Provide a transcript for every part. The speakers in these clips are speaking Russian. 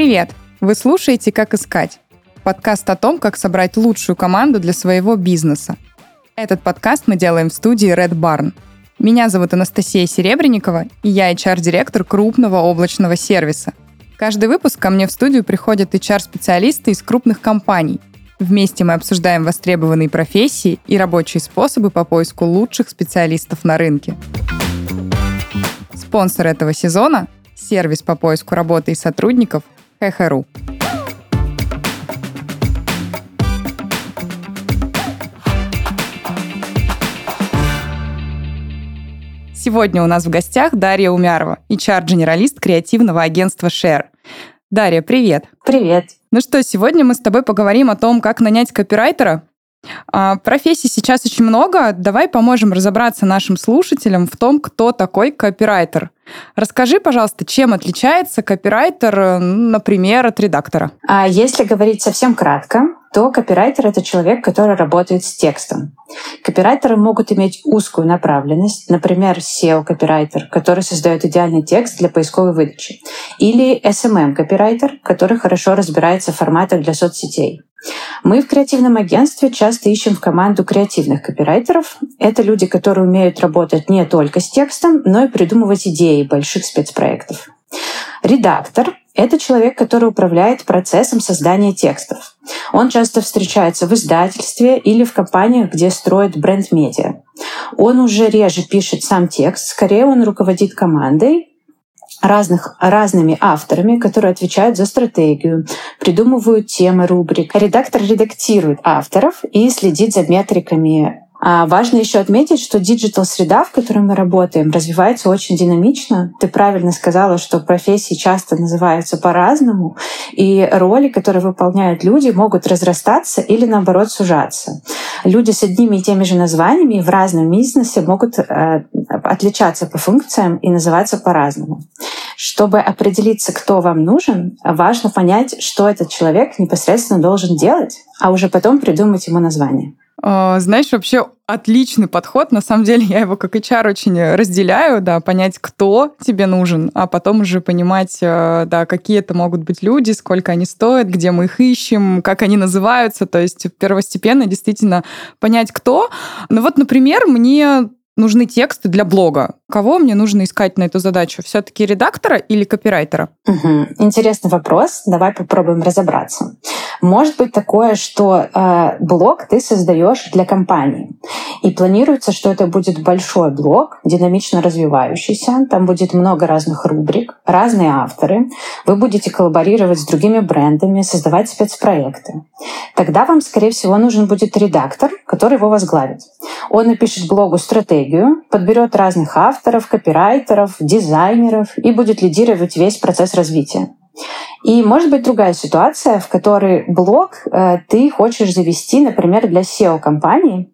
Привет! Вы слушаете «Как искать» – подкаст о том, как собрать лучшую команду для своего бизнеса. Этот подкаст мы делаем в студии Red Barn. Меня зовут Анастасия Серебренникова, и я HR-директор крупного облачного сервиса. Каждый выпуск ко мне в студию приходят HR-специалисты из крупных компаний. Вместе мы обсуждаем востребованные профессии и рабочие способы по поиску лучших специалистов на рынке. Спонсор этого сезона – сервис по поиску работы и сотрудников Hehe.ru. Сегодня у нас в гостях Дарья Умярова, HR-генералист креативного агентства Share. Дарья, привет! Привет! Ну что, сегодня мы с тобой поговорим о том, как нанять копирайтера. Профессий сейчас очень много. Давай поможем разобраться нашим слушателям в том, кто такой копирайтер. Расскажи, пожалуйста, чем отличается копирайтер, например, от редактора? Если говорить совсем кратко, то копирайтер — это человек, который работает с текстом. Копирайтеры могут иметь узкую направленность, например, SEO-копирайтер, который создает идеальный текст для поисковой выдачи, или SMM-копирайтер, который хорошо разбирается в форматах для соцсетей. Мы в креативном агентстве часто ищем в команду креативных копирайтеров. Это люди, которые умеют работать не только с текстом, но и придумывать идеи больших спецпроектов. Редактор — это человек, который управляет процессом создания текстов. Он часто встречается в издательстве или в компаниях, где строят бренд-медиа. Он уже реже пишет сам текст, скорее он руководит командой, разными авторами, которые отвечают за стратегию, придумывают темы рубрик. Редактор редактирует авторов и следит за метриками. Важно еще отметить, что диджитал-среда, в которой мы работаем, развивается очень динамично. Ты правильно сказала, что профессии часто называются по-разному, и роли, которые выполняют люди, могут разрастаться или, наоборот, сужаться. Люди с одними и теми же названиями в разном бизнесе могут отличаться по функциям и называться по-разному. Чтобы определиться, кто вам нужен, важно понять, что этот человек непосредственно должен делать, а уже потом придумать ему название. Знаешь, вообще отличный подход. На самом деле я его как HR очень разделяю, да, понять, кто тебе нужен, а потом уже понимать, да, какие это могут быть люди, сколько они стоят, где мы их ищем, как они называются. То есть первостепенно действительно понять, кто. Ну вот, например, мне нужны тексты для блога. Кого мне нужно искать на эту задачу? Все-таки редактора или копирайтера? Интересный вопрос. Давай попробуем разобраться. Может быть такое, что блог ты создаешь для компании. И планируется, что это будет большой блог, динамично развивающийся. Там будет много разных рубрик, разные авторы. Вы будете коллаборировать с другими брендами, создавать спецпроекты. Тогда вам, скорее всего, нужен будет редактор, который его возглавит. Он напишет блогу стратегию, подберет разных авторов, копирайтеров, дизайнеров и будет лидировать весь процесс развития. И может быть другая ситуация, в которой блог ты хочешь завести, например, для SEO-компании,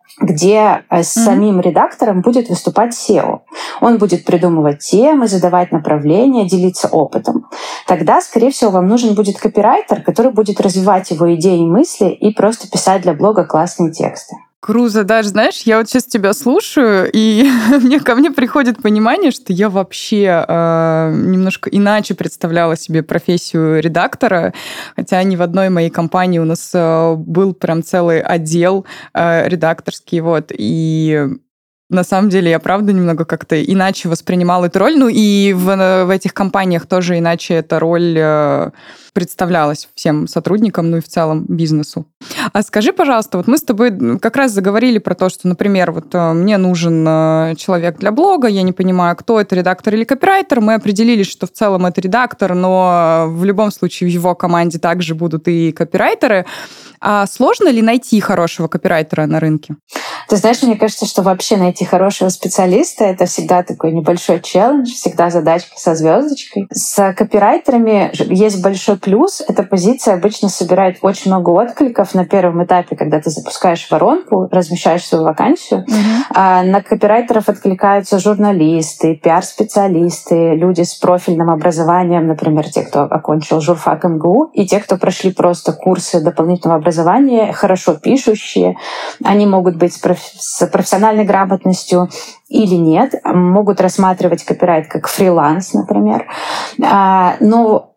где с самим редактором будет выступать SEO. Он будет придумывать темы, задавать направления, делиться опытом. Тогда, скорее всего, вам нужен будет копирайтер, который будет развивать его идеи и мысли и просто писать для блога классные тексты. Круза, даже, знаешь, я вот сейчас тебя слушаю, и ко мне приходит понимание, что я вообще немножко иначе представляла себе профессию редактора, хотя ни в одной моей компании у нас был прям целый отдел редакторский, вот, и на самом деле я, правда, немного как-то иначе воспринимала эту роль, ну и в этих компаниях тоже иначе эта роль представлялась всем сотрудникам, ну и в целом бизнесу. А скажи, пожалуйста, вот мы с тобой как раз заговорили про то, что, например, вот мне нужен человек для блога, я не понимаю, кто это, редактор или копирайтер, мы определились, что в целом это редактор, но в любом случае в его команде также будут и копирайтеры. А сложно ли найти хорошего копирайтера на рынке? Ты знаешь, мне кажется, что вообще найти хорошего специалиста — это всегда такой небольшой челлендж, всегда задачка со звездочкой. С копирайтерами есть большой плюс. Эта позиция обычно собирает очень много откликов на первом этапе, когда ты запускаешь воронку, размещаешь свою вакансию. На копирайтеров откликаются журналисты, пиар-специалисты, люди с профильным образованием, например, те, кто окончил журфак МГУ, и те, кто прошли просто курсы дополнительного образования, хорошо пишущие. Они могут быть с профессиональной грамотностью или нет, могут рассматривать копирайт как фриланс, например. Но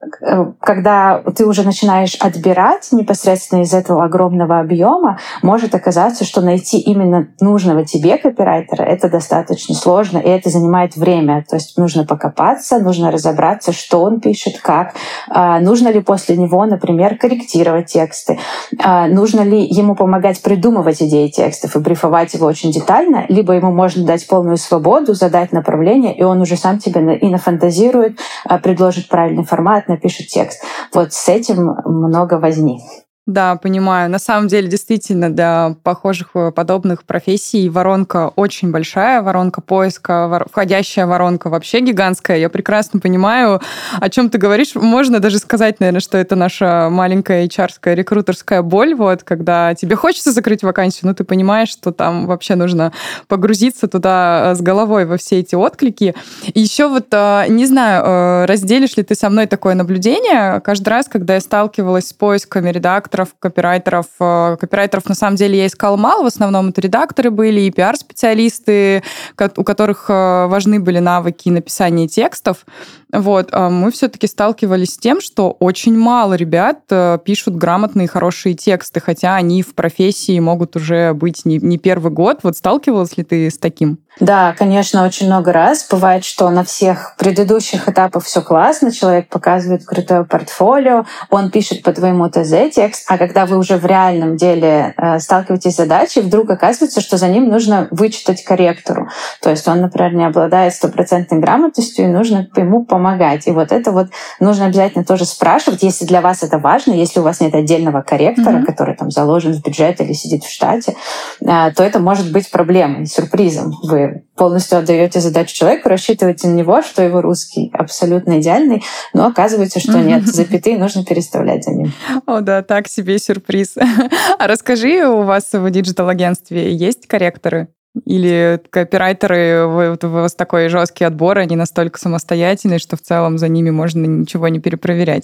когда ты уже начинаешь отбирать непосредственно из этого огромного объема, может оказаться, что найти именно нужного тебе копирайтера — это достаточно сложно, и это занимает время. То есть нужно покопаться, нужно разобраться, что он пишет, как, нужно ли после него, например, корректировать тексты, нужно ли ему помогать придумывать идеи текстов и брифовать его очень детально, либо ему можно дать полную свободу, задать направление, и он уже сам тебе и нафантазирует, предложит правильный формат, напишет текст. Вот с этим много возни. Да, понимаю. На самом деле, действительно, для похожих подобных профессий воронка очень большая, воронка поиска, входящая воронка вообще гигантская. Я прекрасно понимаю, о чем ты говоришь. Можно даже сказать, наверное, что это наша маленькая HR-ская рекрутерская боль, вот, когда тебе хочется закрыть вакансию, но ты понимаешь, что там вообще нужно погрузиться туда с головой во все эти отклики. И еще вот, не знаю, разделишь ли ты со мной такое наблюдение? Каждый раз, когда я сталкивалась с поисками редакторов, копирайтеров. Копирайтеров, на самом деле, я искала мало. В основном это редакторы были и пиар-специалисты, у которых важны были навыки написания текстов. Вот. Мы все-таки сталкивались с тем, что очень мало ребят пишут грамотные, хорошие тексты, хотя они в профессии могут уже быть не первый год. Вот сталкивалась ли ты с таким? Да, конечно, очень много раз. Бывает, что на всех предыдущих этапах все классно, человек показывает крутое портфолио, он пишет по твоему ТЗ текст, а когда вы уже в реальном деле сталкиваетесь с задачей, вдруг оказывается, что за ним нужно вычитать корректору. То есть он, например, не обладает стопроцентной грамотностью, и нужно ему помогать. И вот это вот нужно обязательно тоже спрашивать, если для вас это важно, если у вас нет отдельного корректора, который там заложен в бюджет или сидит в штате, то это может быть проблемой, сюрпризом. Вы полностью отдаете задачу человеку, рассчитываете на него, что его русский абсолютно идеальный, но оказывается, что нет, запятые нужно переставлять за ним. О, да, так себе сюрприз. А расскажи, у вас в диджитал-агентстве есть корректоры? Или копирайтеры, у вас такой жесткий отбор, они настолько самостоятельные, что в целом за ними можно ничего не перепроверять?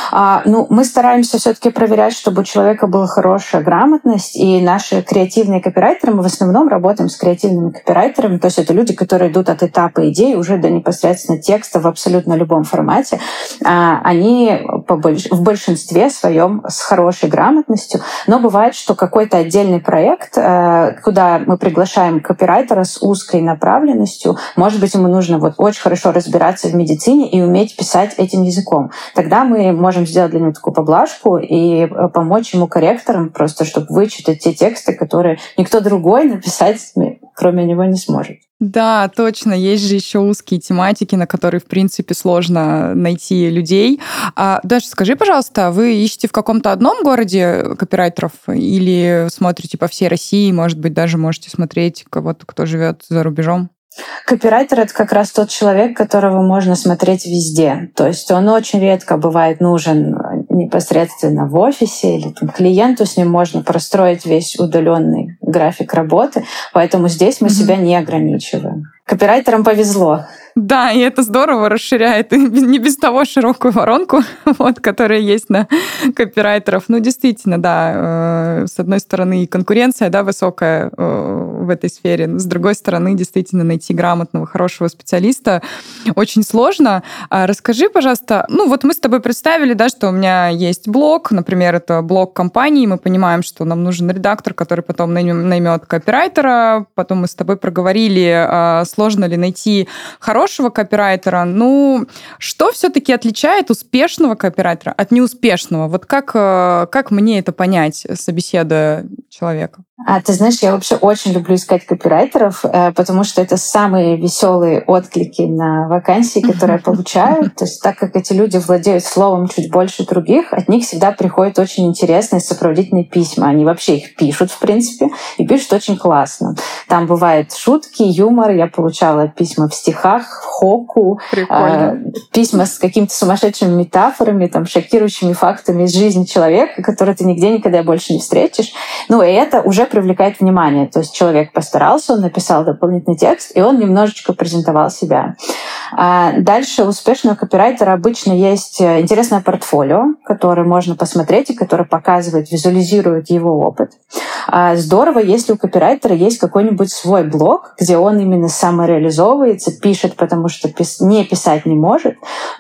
Мы стараемся все-таки проверять, чтобы у человека была хорошая грамотность, и наши креативные копирайтеры, мы в основном работаем с креативными копирайтерами, то есть это люди, которые идут от этапа идеи уже до непосредственно текста в абсолютно любом формате. Они в большинстве своем с хорошей грамотностью, но бывает, что какой-то отдельный проект, куда мы приглашаем копирайтера с узкой направленностью, может быть, ему нужно очень хорошо разбираться в медицине и уметь писать этим языком. Тогда мы можем сделать для него такую поблажку и помочь ему корректорам, просто чтобы вычитать те тексты, которые никто другой написать, кроме него, не сможет. Да, точно. Есть же еще узкие тематики, на которые, в принципе, сложно найти людей. Даша, скажи, пожалуйста, вы ищете в каком-то одном городе копирайтеров или смотрите по всей России? Может быть, даже можете смотреть кого-то, кто живет за рубежом? Копирайтер — это как раз тот человек, которого можно смотреть везде. То есть он очень редко бывает нужен непосредственно в офисе или клиенту, с ним можно простроить весь удаленный график работы, поэтому здесь мы себя не ограничиваем. Копирайтерам повезло. Да, и это здорово расширяет не без того широкую воронку, которая есть на копирайтеров. Действительно, да, с одной стороны, конкуренция, да, высокая в этой сфере, но с другой стороны, действительно, найти грамотного, хорошего специалиста очень сложно. Расскажи, пожалуйста, мы с тобой представили, да, что у меня есть блог, например, это блог компании, мы понимаем, что нам нужен редактор, который потом наймет копирайтера, потом мы с тобой проговорили, сложно ли найти хорошего копирайтера. Что все-таки отличает успешного копирайтера от неуспешного? Вот как мне это понять, собеседуя человека? Ты знаешь, я вообще очень люблю искать копирайтеров, потому что это самые веселые отклики на вакансии, которые я получаю. То есть так как эти люди владеют словом чуть больше других, от них всегда приходят очень интересные сопроводительные письма. Они вообще их пишут, в принципе, и пишут очень классно. Там бывают шутки, юмор. Я получала письма в стихах, в хоку, письма с какими-то сумасшедшими метафорами, шокирующими фактами из жизни человека, которые ты нигде никогда больше не встретишь. И это уже привлекает внимание. То есть человек постарался, он написал дополнительный текст, и он немножечко презентовал себя. Дальше у успешного копирайтера обычно есть интересное портфолио, которое можно посмотреть и которое показывает, визуализирует его опыт. Здорово, если у копирайтера есть какой-нибудь свой блог, где он именно самореализовывается, пишет, потому что не писать не может.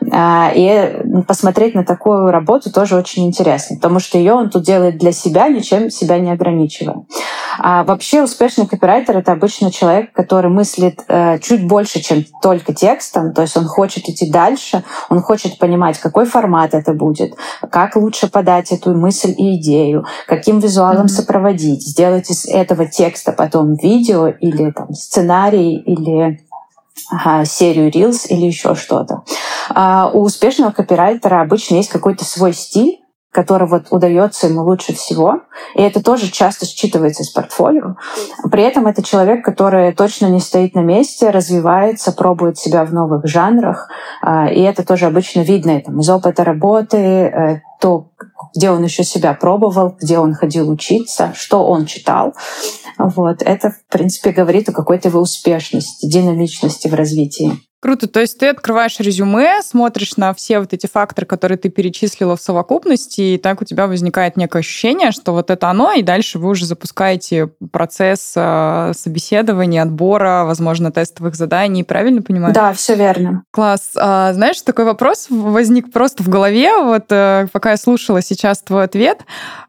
И посмотреть на такую работу тоже очень интересно, потому что ее он тут делает для себя, ничем себя не ограничивая. Вообще успешный копирайтер — это обычно человек, который мыслит чуть больше, чем только текстом, то есть он хочет идти дальше, он хочет понимать, какой формат это будет, как лучше подать эту мысль и идею, каким визуалом сопроводить, сделать из этого текста потом видео или там, сценарий или серию Reels или еще что-то. У успешного копирайтера обычно есть какой-то свой стиль, который вот удается ему лучше всего. И это тоже часто считывается из портфолио. При этом это человек, который точно не стоит на месте, развивается, пробует себя в новых жанрах. И это тоже обычно видно из опыта работы, то, где он еще себя пробовал, где он ходил учиться, что он читал. Вот. Это, в принципе, говорит о какой-то его успешности, динамичности в развитии. Круто. То есть ты открываешь резюме, смотришь на все вот эти факторы, которые ты перечислила в совокупности, и так у тебя возникает некое ощущение, что вот это оно, и дальше вы уже запускаете процесс собеседования, отбора, возможно, тестовых заданий. Правильно понимаю? Да, все верно. Класс. Знаешь, такой вопрос возник просто в голове, вот пока я слушала сейчас твой ответ.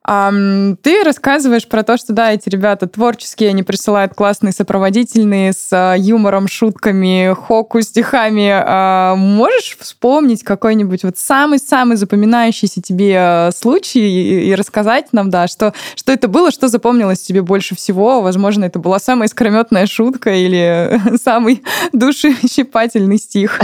Ты рассказываешь про то, что да, эти ребята творческие, они присылают классные сопроводительные с юмором, шутками, хоку, стихами. Можешь вспомнить какой-нибудь вот самый-самый запоминающийся тебе случай и рассказать нам, да, что это было, что запомнилось тебе больше всего? Возможно, это была самая искрометная шутка или самый душещипательный стих?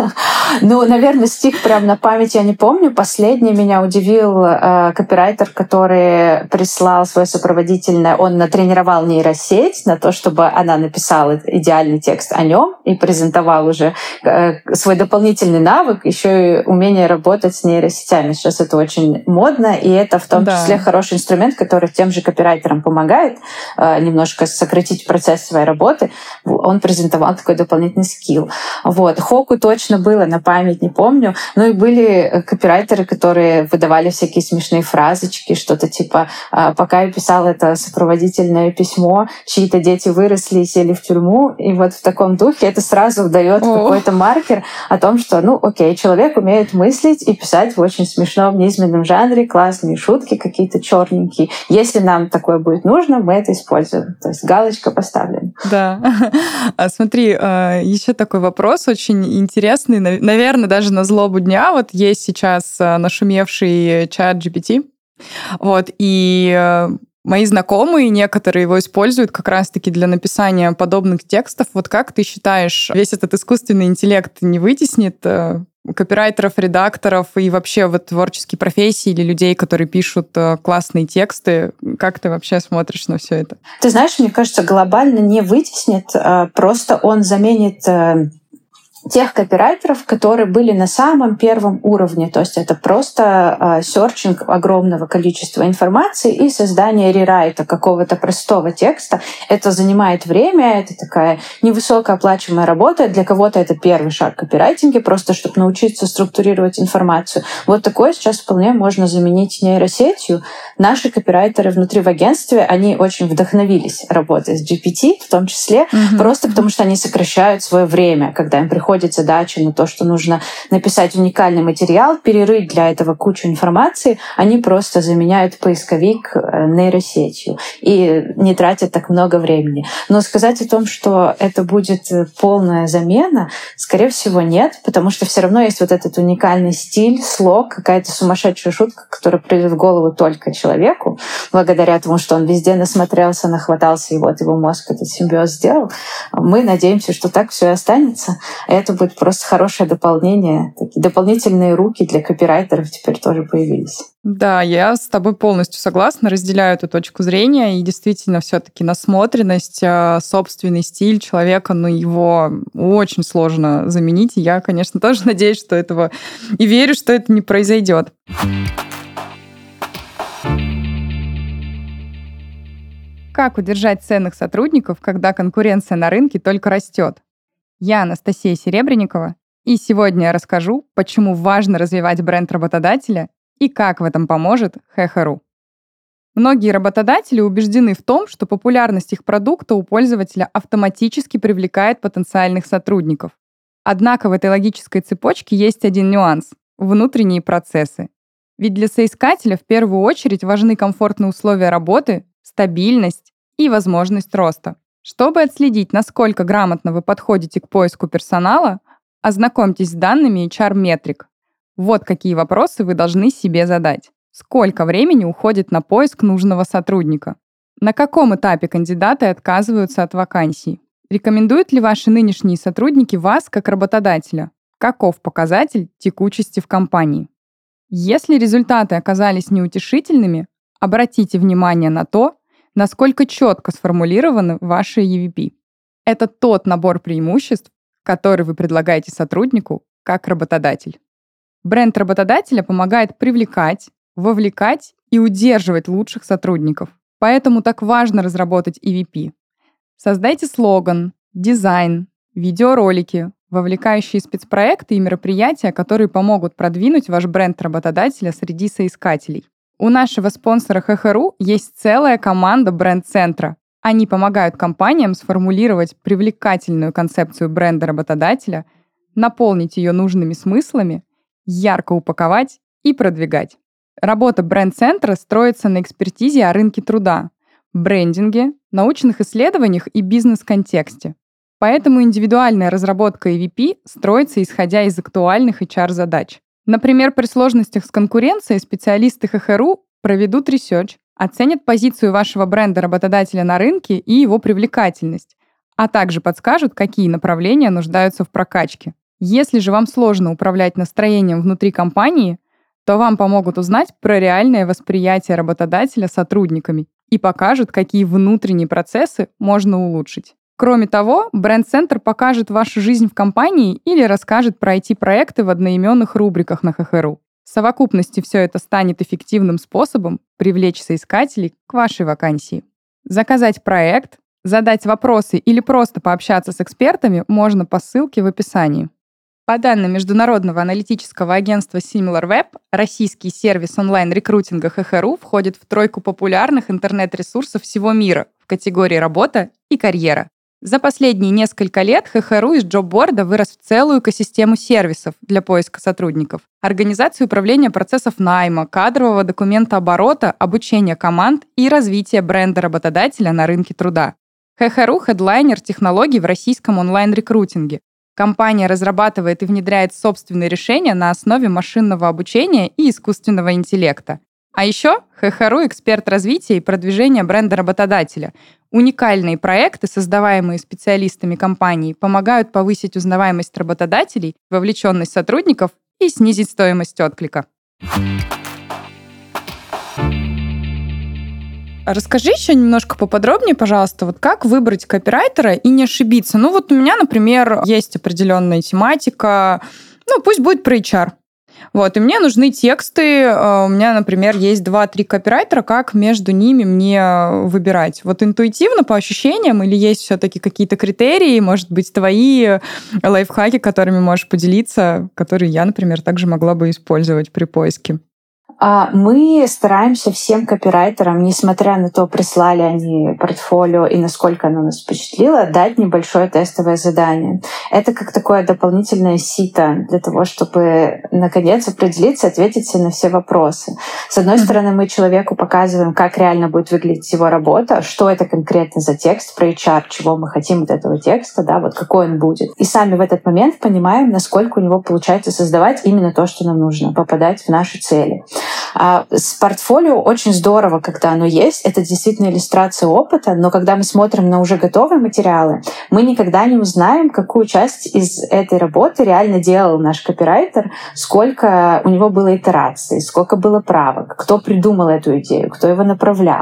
Ну, наверное, стих прям на память я не помню. Последний меня удивил копирайтер, который прислал свое сопроводительное. Он натренировал нейросеть на то, чтобы она написала идеальный текст о нем и презентовал уже свой дополнительный навык, еще и умение работать с нейросетями. Сейчас это очень модно, и это в том числе хороший инструмент, который тем же копирайтерам помогает немножко сократить процесс своей работы. Он презентовал такой дополнительный скилл. Вот. Хоку точно было на память, не помню. Ну и были копирайтеры, которые выдавали всякие смешные фразочки, что-то типа «пока я писала это сопроводительное письмо, чьи-то дети выросли и сели в тюрьму». И вот в таком духе это сразу дает какой-то маркер о том, что, ну окей, человек умеет мыслить и писать в очень смешном, низменном жанре, классные шутки какие-то черненькие. Если нам такое будет нужно, мы это используем. То есть галочка поставлена. Да. Смотри, еще такой вопрос очень интересный, наверное, даже на злобу дня. Вот есть сейчас нашумевший чат GPT, вот, и мои знакомые, некоторые его используют как раз-таки для написания подобных текстов. Вот как ты считаешь, весь этот искусственный интеллект не вытеснит копирайтеров, редакторов и вообще вот творческие профессии или людей, которые пишут классные тексты? Как ты вообще смотришь на все это? Ты знаешь, мне кажется, глобально не вытеснит, просто он заменит тех копирайтеров, которые были на самом первом уровне. То есть это просто серчинг огромного количества информации и создание рерайта какого-то простого текста. Это занимает время, это такая невысокооплачиваемая работа. Для кого-то это первый шаг в копирайтинге, просто чтобы научиться структурировать информацию. Вот такое сейчас вполне можно заменить нейросетью. Наши копирайтеры внутри в агентстве, они очень вдохновились работой с GPT, в том числе, просто потому что они сокращают свое время, когда им приходит задача на то, что нужно написать уникальный материал, перерыть для этого кучу информации, они просто заменяют поисковик нейросетью и не тратят так много времени. Но сказать о том, что это будет полная замена, скорее всего, нет, потому что все равно есть вот этот уникальный стиль, слог, какая-то сумасшедшая шутка, которая придет в голову только человеку, благодаря тому, что он везде насмотрелся, нахватался, и вот его мозг этот симбиоз сделал. Мы надеемся, что так все и останется. Это будет просто хорошее дополнение. Такие дополнительные руки для копирайтеров теперь тоже появились. Да, я с тобой полностью согласна, разделяю эту точку зрения, и действительно все-таки насмотренность, собственный стиль человека, ну, его очень сложно заменить, и я, конечно, тоже надеюсь, что этого и верю, что это не произойдет. Как удержать ценных сотрудников, когда конкуренция на рынке только растет? Я Анастасия Серебренникова, и сегодня я расскажу, почему важно развивать бренд работодателя и как в этом поможет ХХРУ. Многие работодатели убеждены в том, что популярность их продукта у пользователя автоматически привлекает потенциальных сотрудников. Однако в этой логической цепочке есть один нюанс — внутренние процессы. Ведь для соискателя в первую очередь важны комфортные условия работы, стабильность и возможность роста. Чтобы отследить, насколько грамотно вы подходите к поиску персонала, ознакомьтесь с данными HR-метрик. Вот какие вопросы вы должны себе задать. Сколько времени уходит на поиск нужного сотрудника? На каком этапе кандидаты отказываются от вакансий? Рекомендуют ли ваши нынешние сотрудники вас как работодателя? Каков показатель текучести в компании? Если результаты оказались неутешительными, обратите внимание на то, насколько четко сформулированы ваши EVP. Это тот набор преимуществ, который вы предлагаете сотруднику как работодатель. Бренд работодателя помогает привлекать, вовлекать и удерживать лучших сотрудников. Поэтому так важно разработать EVP. Создайте слоган, дизайн, видеоролики, вовлекающие спецпроекты и мероприятия, которые помогут продвинуть ваш бренд работодателя среди соискателей. У нашего спонсора ХХРУ есть целая команда бренд-центра. Они помогают компаниям сформулировать привлекательную концепцию бренда работодателя, наполнить ее нужными смыслами, ярко упаковать и продвигать. Работа бренд-центра строится на экспертизе о рынке труда, брендинге, научных исследованиях и бизнес-контексте. Поэтому индивидуальная разработка EVP строится исходя из актуальных HR-задач. Например, при сложностях с конкуренцией специалисты ХХРУ проведут ресерч, оценят позицию вашего бренда работодателя на рынке и его привлекательность, а также подскажут, какие направления нуждаются в прокачке. Если же вам сложно управлять настроением внутри компании, то вам помогут узнать про реальное восприятие работодателя сотрудниками и покажут, какие внутренние процессы можно улучшить. Кроме того, бренд-центр покажет вашу жизнь в компании или расскажет про IT-проекты в одноименных рубриках на ХХРУ. В совокупности все это станет эффективным способом привлечь соискателей к вашей вакансии. Заказать проект, задать вопросы или просто пообщаться с экспертами можно по ссылке в описании. По данным международного аналитического агентства SimilarWeb, российский сервис онлайн-рекрутинга ХХРУ входит в тройку популярных интернет-ресурсов всего мира в категории «Работа» и «Карьера». За последние несколько лет ХХРУ из джобборда вырос в целую экосистему сервисов для поиска сотрудников, организации управления процессов найма, кадрового документооборота, обучения команд и развития бренда работодателя на рынке труда. ХХРУ — хедлайнер технологий в российском онлайн-рекрутинге. Компания разрабатывает и внедряет собственные решения на основе машинного обучения и искусственного интеллекта. А еще ХХРУ — эксперт развития и продвижения бренда работодателя. Уникальные проекты, создаваемые специалистами компании, помогают повысить узнаваемость работодателей, вовлеченность сотрудников и снизить стоимость отклика. Расскажи еще немножко поподробнее, пожалуйста, вот как выбрать копирайтера и не ошибиться. Ну вот у меня, например, есть определенная тематика, пусть будет про HR. Вот, и мне нужны тексты, у меня, например, есть 2-3 копирайтера, как между ними мне выбирать? Вот интуитивно, по ощущениям, или есть все-таки какие-то критерии, может быть, твои лайфхаки, которыми можешь поделиться, которые я, например, также могла бы использовать при поиске? Мы стараемся всем копирайтерам, несмотря на то, прислали они портфолио и насколько оно нас впечатлило, дать небольшое тестовое задание. Это как такое дополнительное сито для того, чтобы наконец определиться, ответить на все вопросы. С одной стороны, мы человеку показываем, как реально будет выглядеть его работа, что это конкретно за текст про HR, чего мы хотим от этого текста, да, вот какой он будет. И сами в этот момент понимаем, насколько у него получается создавать именно то, что нам нужно, попадать в наши цели. С портфолио очень здорово, когда оно есть. Это действительно иллюстрация опыта, но когда мы смотрим на уже готовые материалы, мы никогда не узнаем, какую часть из этой работы реально делал наш копирайтер, сколько у него было итераций, сколько было правок, кто придумал эту идею, кто его направлял,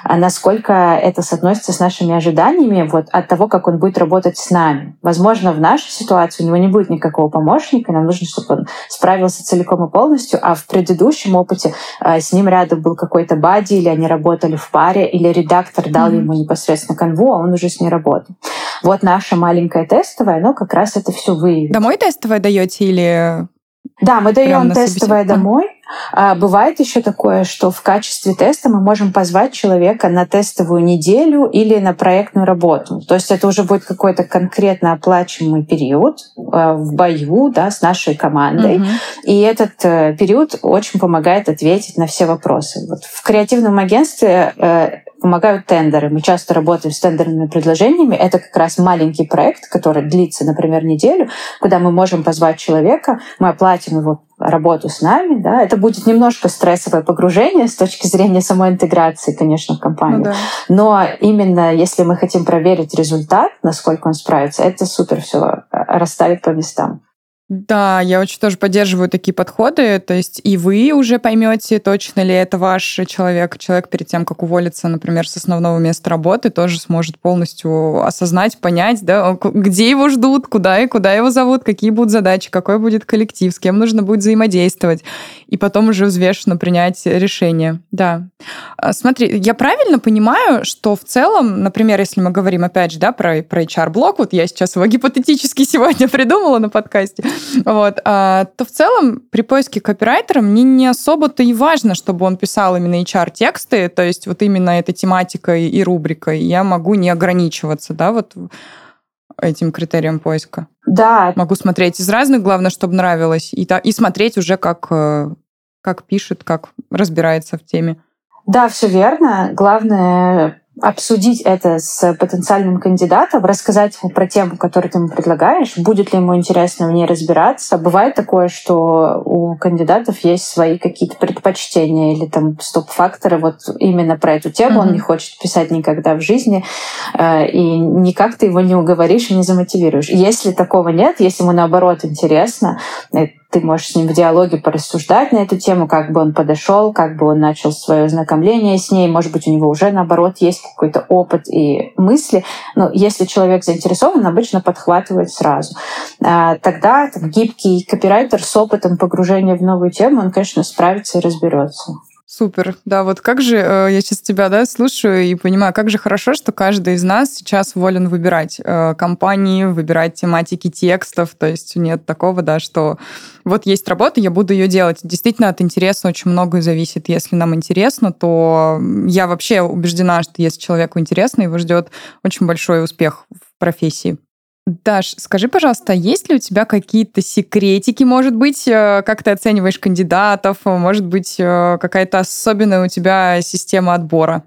насколько это соотносится с нашими ожиданиями вот от того, как он будет работать с нами. Возможно, в нашей ситуации у него не будет никакого помощника, нам нужно, чтобы он справился целиком и полностью, а в предыдущем опыте с ним рядом был какой-то бадди, или они работали в паре, или редактор дал ему непосредственно канву, а он уже с ней работал. Вот наше маленькое тестовое, оно как раз это все выявит. Домой тестовое даете или... Да, мы даем тестовое домой. Бывает еще такое, что в качестве теста мы можем позвать человека на тестовую неделю или на проектную работу. То есть это уже будет какой-то конкретно оплачиваемый период в бою, да, с нашей командой. И этот период очень помогает ответить на все вопросы. Вот в креативном агентстве помогают тендеры. Мы часто работаем с тендерными предложениями. Это как раз маленький проект, который длится, например, неделю, куда мы можем позвать человека, мы оплатим его работу с нами. Да. Это будет немножко стрессовое погружение с точки зрения самой интеграции, конечно, в компанию. Да. Но именно если мы хотим проверить результат, насколько он справится, это супер все расставит по местам. Да, я очень тоже поддерживаю такие подходы. То есть и вы уже поймете, точно ли это ваш человек. Человек перед тем, как уволиться, например, с основного места работы, тоже сможет полностью осознать, понять, да, где его ждут, куда его зовут, какие будут задачи, какой будет коллектив, с кем нужно будет взаимодействовать. И потом уже взвешенно принять решение. Да. Смотри, я правильно понимаю, что в целом, например, если мы говорим, опять же, да, про HR-блог, вот я сейчас его гипотетически сегодня придумала на подкасте, вот, то в целом при поиске копирайтера мне не особо-то и важно, чтобы он писал именно HR-тексты, то есть вот именно этой тематикой и рубрикой. Я могу не ограничиваться, да, вот этим критерием поиска. Да. Могу смотреть из разных, главное, чтобы нравилось, и смотреть уже, как пишет, как разбирается в теме. Да, все верно. Главное обсудить это с потенциальным кандидатом, рассказать ему про тему, которую ты ему предлагаешь, будет ли ему интересно в ней разбираться. Бывает такое, что у кандидатов есть свои какие-то предпочтения или там стоп-факторы вот именно про эту тему. Он не хочет писать никогда в жизни, и никак ты его не уговоришь и не замотивируешь. Если такого нет, если ему наоборот интересно, ты можешь с ним в диалоге порассуждать на эту тему, как бы он подошел, как бы он начал свое знакомление с ней. Может быть, у него уже, наоборот, есть какой-то опыт и мысли. Но если человек заинтересован, он обычно подхватывает сразу. Тогда гибкий копирайтер с опытом погружения в новую тему, он, конечно, справится и разберется. Супер. Да, вот как же, я сейчас тебя, да, слушаю и понимаю, как же хорошо, что каждый из нас сейчас волен выбирать компании, выбирать тематики текстов, то есть нет такого, да, что вот есть работа, я буду ее делать. Действительно, от интереса очень многое зависит. Если нам интересно, то я вообще убеждена, что если человеку интересно, его ждет очень большой успех в профессии. Даш, скажи, пожалуйста, есть ли у тебя какие-то секретики, может быть, как ты оцениваешь кандидатов, может быть, какая-то особенная у тебя система отбора?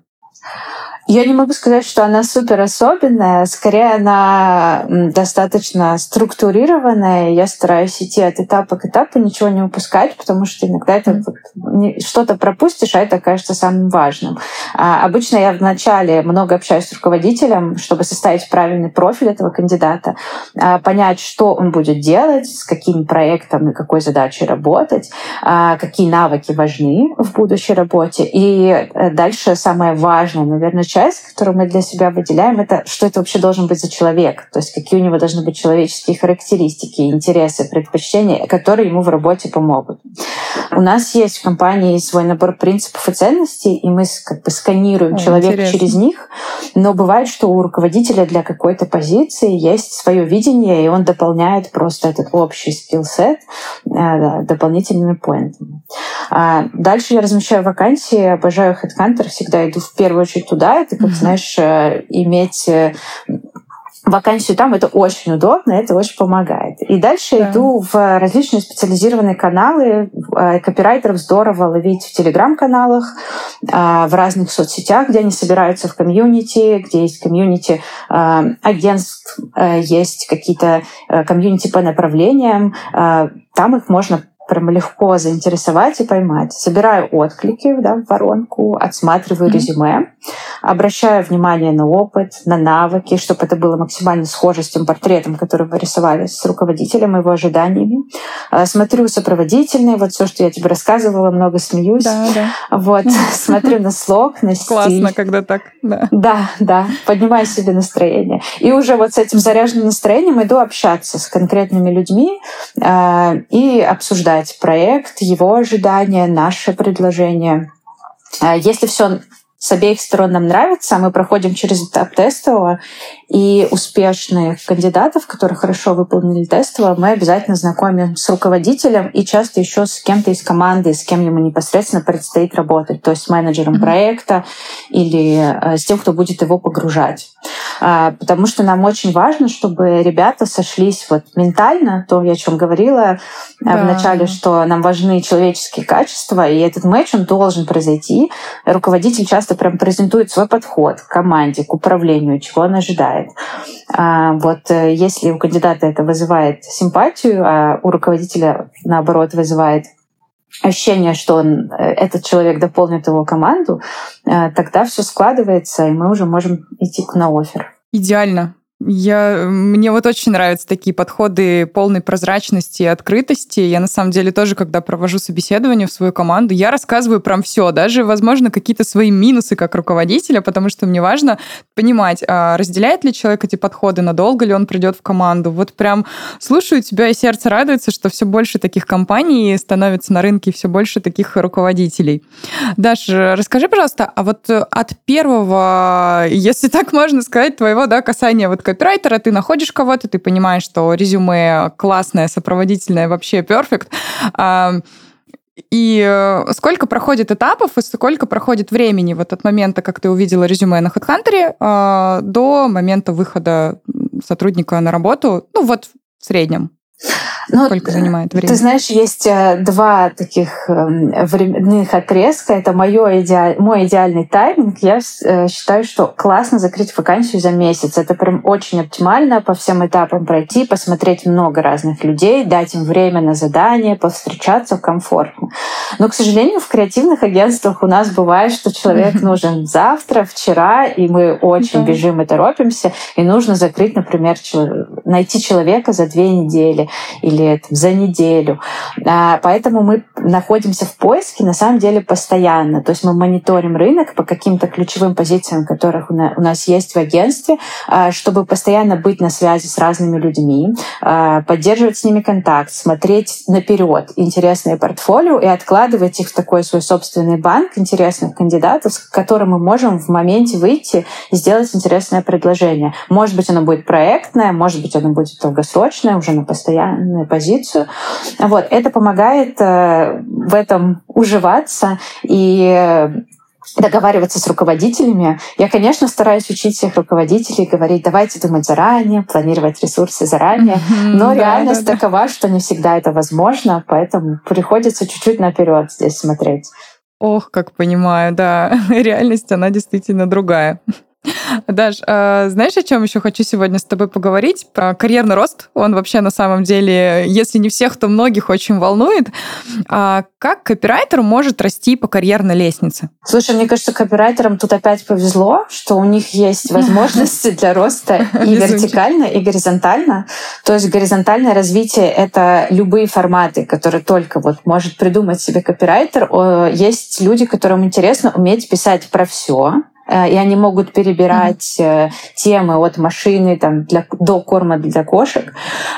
Я не могу сказать, что она супер особенная, скорее она достаточно структурированная. Я стараюсь идти от этапа к этапу, ничего не упускать, потому что иногда это что-то пропустишь, а это окажется самым важным. Обычно я вначале много общаюсь с руководителем, чтобы составить правильный профиль этого кандидата, понять, что он будет делать, с каким проектом и какой задачей работать, какие навыки важны в будущей работе. И дальше самое важное, наверное, часть, которую мы для себя выделяем, это что это вообще должен быть за человек, то есть какие у него должны быть человеческие характеристики, интересы, предпочтения, которые ему в работе помогут. У нас есть в компании свой набор принципов и ценностей, и мы как бы сканируем человека через них, но бывает, что у руководителя для какой-то позиции есть свое видение, и он дополняет просто этот общий скилл-сет дополнительными поинтами. Дальше я размещаю вакансии, обожаю HeadHunter, всегда иду в первую очередь туда. Это, как знаешь, иметь вакансию там, это очень удобно, это очень помогает. И дальше иду в различные специализированные каналы. Копирайтеров здорово ловить в телеграм-каналах, в разных соцсетях, где они собираются в комьюнити, где есть комьюнити агентств, есть какие-то комьюнити по направлениям. Там их можно прям легко заинтересовать и поймать. Собираю отклики в воронку, отсматриваю резюме, обращаю внимание на опыт, на навыки, чтобы это было максимально схоже с тем портретом, который вы рисовали с руководителем, его ожиданиями. Смотрю сопроводительные, вот все, что я тебе рассказывала, много смеюсь. Да. Вот, смотрю на слог, на стиль. Классно, когда так, да. Да, поднимаю себе настроение. И уже вот с этим заряженным настроением иду общаться с конкретными людьми и обсуждать проект, его ожидания, наше предложение. Если все с обеих сторон нам нравится, мы проходим через этап тестового, и успешных кандидатов, которые хорошо выполнили тестовое, мы обязательно знакомим с руководителем и часто еще с кем-то из команды, с кем ему непосредственно предстоит работать, то есть с менеджером проекта или с тем, кто будет его погружать. Потому что нам очень важно, чтобы ребята сошлись вот ментально, то, о чем говорила в начале, что нам важны человеческие качества, и этот матч, он должен произойти. Руководитель часто прям презентует свой подход к команде, к управлению, чего он ожидает. Вот если у кандидата это вызывает симпатию, а у руководителя, наоборот, вызывает ощущение, что этот человек дополнит его команду, тогда все складывается, и мы уже можем идти на оффер. Идеально. Мне вот очень нравятся такие подходы полной прозрачности и открытости. Я, на самом деле, тоже, когда провожу собеседование в свою команду, я рассказываю прям все, даже, возможно, какие-то свои минусы как руководителя, потому что мне важно понимать, разделяет ли человек эти подходы, надолго ли он придет в команду. Вот прям слушаю тебя, и сердце радуется, что все больше таких компаний становится на рынке, все больше таких руководителей. Даш, расскажи, пожалуйста, а вот от первого, если так можно сказать, твоего касания вот копирайтера, ты находишь кого-то, ты понимаешь, что резюме классное, сопроводительное, вообще перфект. И сколько проходит этапов, и сколько проходит времени вот от момента, как ты увидела резюме на HeadHunter, до момента выхода сотрудника на работу, ну вот в среднем? Сколько занимает время? Ты знаешь, есть два таких временных отрезка. Это мой идеальный тайминг. Я считаю, что классно закрыть вакансию за месяц. Это прям очень оптимально по всем этапам пройти, посмотреть много разных людей, дать им время на задание, повстречаться комфортно. Но, к сожалению, в креативных агентствах у нас бывает, что человек нужен завтра, вчера, и мы очень бежим и торопимся, и нужно закрыть, например, найти человека за 2 недели или за неделю. Поэтому мы находимся в поиске на самом деле постоянно. То есть мы мониторим рынок по каким-то ключевым позициям, которых у нас есть в агентстве, чтобы постоянно быть на связи с разными людьми, поддерживать с ними контакт, смотреть наперед интересные портфолио и откладывать их в такой свой собственный банк интересных кандидатов, с которым мы можем в моменте выйти и сделать интересное предложение. Может быть, оно будет проектное, может быть, оно будет долгосрочное, уже на постоянную позицию. Вот. Это помогает в этом уживаться и договариваться с руководителями. Я, конечно, стараюсь учить всех руководителей, говорить, давайте думать заранее, планировать ресурсы заранее, но реальность такова, что не всегда это возможно, поэтому приходится чуть-чуть наперед здесь смотреть. Ох, как понимаю, да. Реальность, она действительно другая. Даш, знаешь, о чем еще хочу сегодня с тобой поговорить? Про карьерный рост. Он вообще на самом деле, если не всех, то многих очень волнует. Как копирайтер может расти по карьерной лестнице? Слушай, мне кажется, копирайтерам тут опять повезло, что у них есть возможности для роста и вертикально, и горизонтально. То есть горизонтальное развитие — это любые форматы, которые только вот может придумать себе копирайтер. Есть люди, которым интересно уметь писать про все. И они могут перебирать темы от машины до корма для кошек.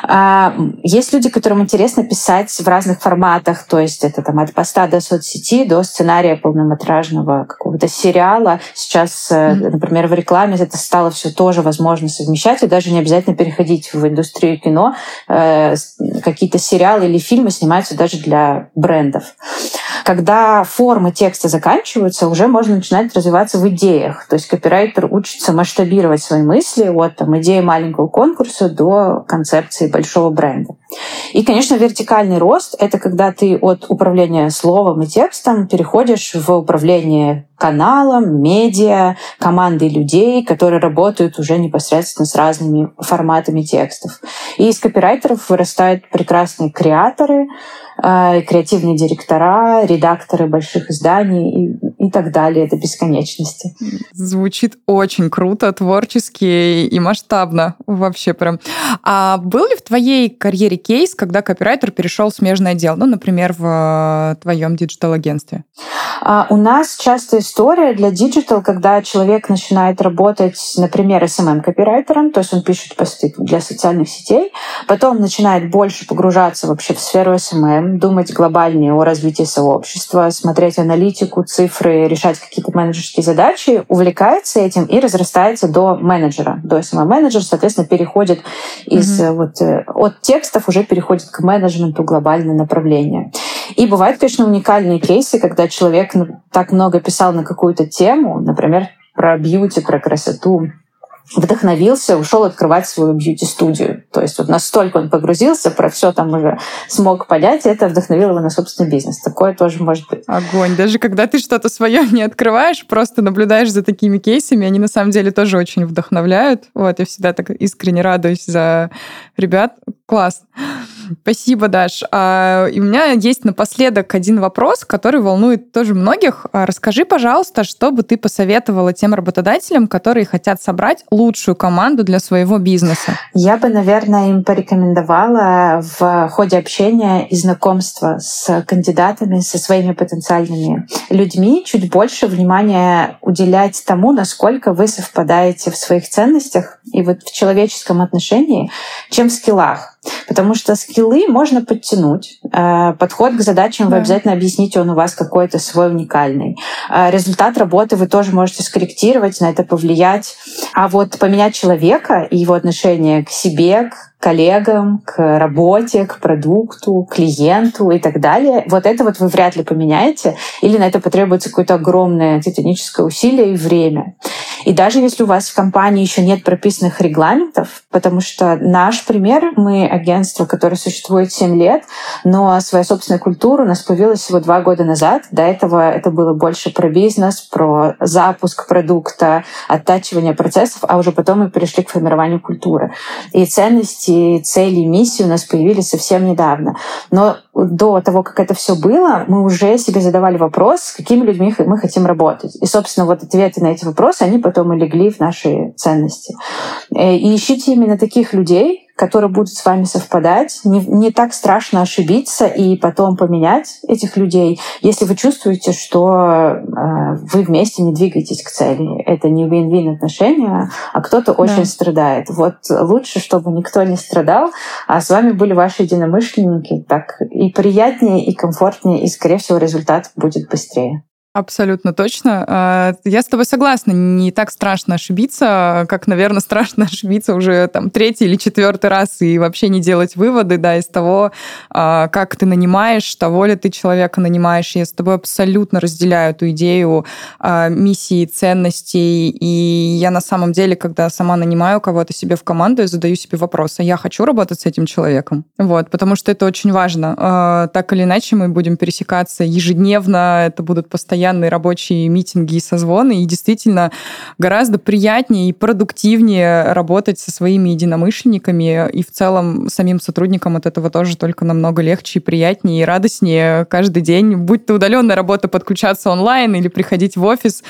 Есть люди, которым интересно писать в разных форматах, то есть это от поста до соцсети, до сценария полнометражного какого-то сериала. Сейчас, например, в рекламе это стало все тоже возможно совмещать, и даже не обязательно переходить в индустрию кино. Какие-то сериалы или фильмы снимаются даже для брендов. Когда формы текста заканчиваются, уже можно начинать развиваться в идеях. То есть копирайтер учится масштабировать свои мысли от идеи маленького конкурса до концепции большого бренда. И, конечно, вертикальный рост — это когда ты от управления словом и текстом переходишь в управление каналом, медиа, командой людей, которые работают уже непосредственно с разными форматами текстов. И из копирайтеров вырастают прекрасные креаторы, креативные директора, редакторы больших изданий и так далее до бесконечности. Звучит очень круто, творчески и масштабно вообще прям. А был ли в твоей карьере кейс, когда копирайтер перешел в смежный отдел? Ну, например, в твоем диджитал-агентстве? У нас частая история для диджитал, когда человек начинает работать, например, SMM-копирайтером, то есть он пишет посты для социальных сетей, потом начинает больше погружаться вообще в сферу SMM, думать глобальнее о развитии сообщества, смотреть аналитику, цифры, решать какие-то менеджерские задачи, увлекается этим и разрастается до менеджера, до SMM-менеджера, соответственно, переходит от текстов уже переходит к менеджменту глобальное направление. И бывают, конечно, уникальные кейсы, когда человек так много писал на какую-то тему, например, про бьюти, про красоту, вдохновился, ушел открывать свою бьюти-студию. То есть вот настолько он погрузился, про все там уже смог понять, и это вдохновило его на собственный бизнес. Такое тоже может быть. Огонь. Даже когда ты что-то свое не открываешь, просто наблюдаешь за такими кейсами, они на самом деле тоже очень вдохновляют. Вот, я всегда так искренне радуюсь за ребят. Класс. Спасибо, Даш. И у меня есть напоследок один вопрос, который волнует тоже многих. Расскажи, пожалуйста, что бы ты посоветовала тем работодателям, которые хотят собрать лучшую команду для своего бизнеса? Я бы, наверное, им порекомендовала в ходе общения и знакомства с кандидатами, со своими потенциальными людьми чуть больше внимания уделять тому, насколько вы совпадаете в своих ценностях и вот в человеческом отношении, чем в скиллах. Потому что скиллы можно подтянуть. Подход к задачам вы обязательно объясните, он у вас какой-то свой уникальный. Результат работы вы тоже можете скорректировать, на это повлиять. А вот поменять человека и его отношение к себе, к коллегам, к работе, к продукту, клиенту и так далее. Вот это вот вы вряд ли поменяете, или на это потребуется какое-то огромное титаническое усилие и время. И даже если у вас в компании еще нет прописанных регламентов, потому что наш пример, мы агентство, которое существует 7 лет, но своя собственная культура у нас появилась всего 2 года назад. До этого это было больше про бизнес, про запуск продукта, оттачивание процессов, а уже потом мы перешли к формированию культуры. И ценности, цели, миссии у нас появились совсем недавно. Но до того, как это все было, мы уже себе задавали вопрос, с какими людьми мы хотим работать. И, собственно, вот ответы на эти вопросы, они потом и легли в наши ценности. И ищите именно таких людей, которые будут с вами совпадать. Не так страшно ошибиться и потом поменять этих людей, если вы чувствуете, что вы вместе не двигаетесь к цели. Это не win-win отношения, а кто-то очень страдает. Вот лучше, чтобы никто не страдал, а с вами были ваши единомышленники. Так и приятнее, и комфортнее, и, скорее всего, результат будет быстрее. Абсолютно точно. Я с тобой согласна. Не так страшно ошибиться, как, наверное, страшно ошибиться уже там 3-й или 4-й раз и вообще не делать выводы, да, из того, как ты нанимаешь, того ли ты человека нанимаешь. Я с тобой абсолютно разделяю эту идею миссии, ценностей. И я на самом деле, когда сама нанимаю кого-то себе в команду, я задаю себе вопрос, а я хочу работать с этим человеком? Вот, потому что это очень важно. Так или иначе мы будем пересекаться ежедневно, это будут постоянные рабочие митинги и созвоны, и действительно гораздо приятнее и продуктивнее работать со своими единомышленниками, и в целом самим сотрудникам от этого тоже только намного легче и приятнее, и радостнее каждый день, будь то удаленная работа, подключаться онлайн или приходить в офис,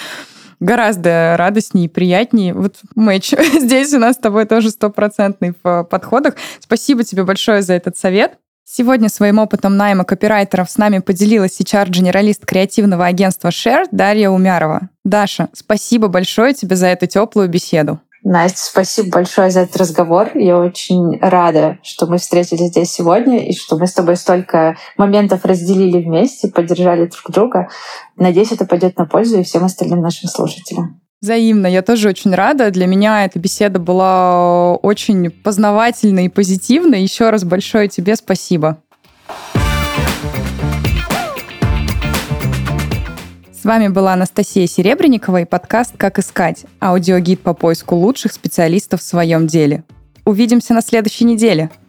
гораздо радостнее и приятнее. Вот матч здесь у нас с тобой тоже 100% в подходах. Спасибо тебе большое за этот совет. Сегодня своим опытом найма копирайтеров с нами поделилась HR-генералист креативного агентства Share Дарья Умярова. Даша, спасибо большое тебе за эту теплую беседу. Настя, спасибо большое за этот разговор. Я очень рада, что мы встретились здесь сегодня и что мы с тобой столько моментов разделили вместе, поддержали друг друга. Надеюсь, это пойдет на пользу и всем остальным нашим слушателям. Взаимно. Я тоже очень рада. Для меня эта беседа была очень познавательной и позитивной. Еще раз большое тебе спасибо. С вами была Анастасия Серебренникова и подкаст «Как искать» – аудиогид по поиску лучших специалистов в своем деле. Увидимся на следующей неделе.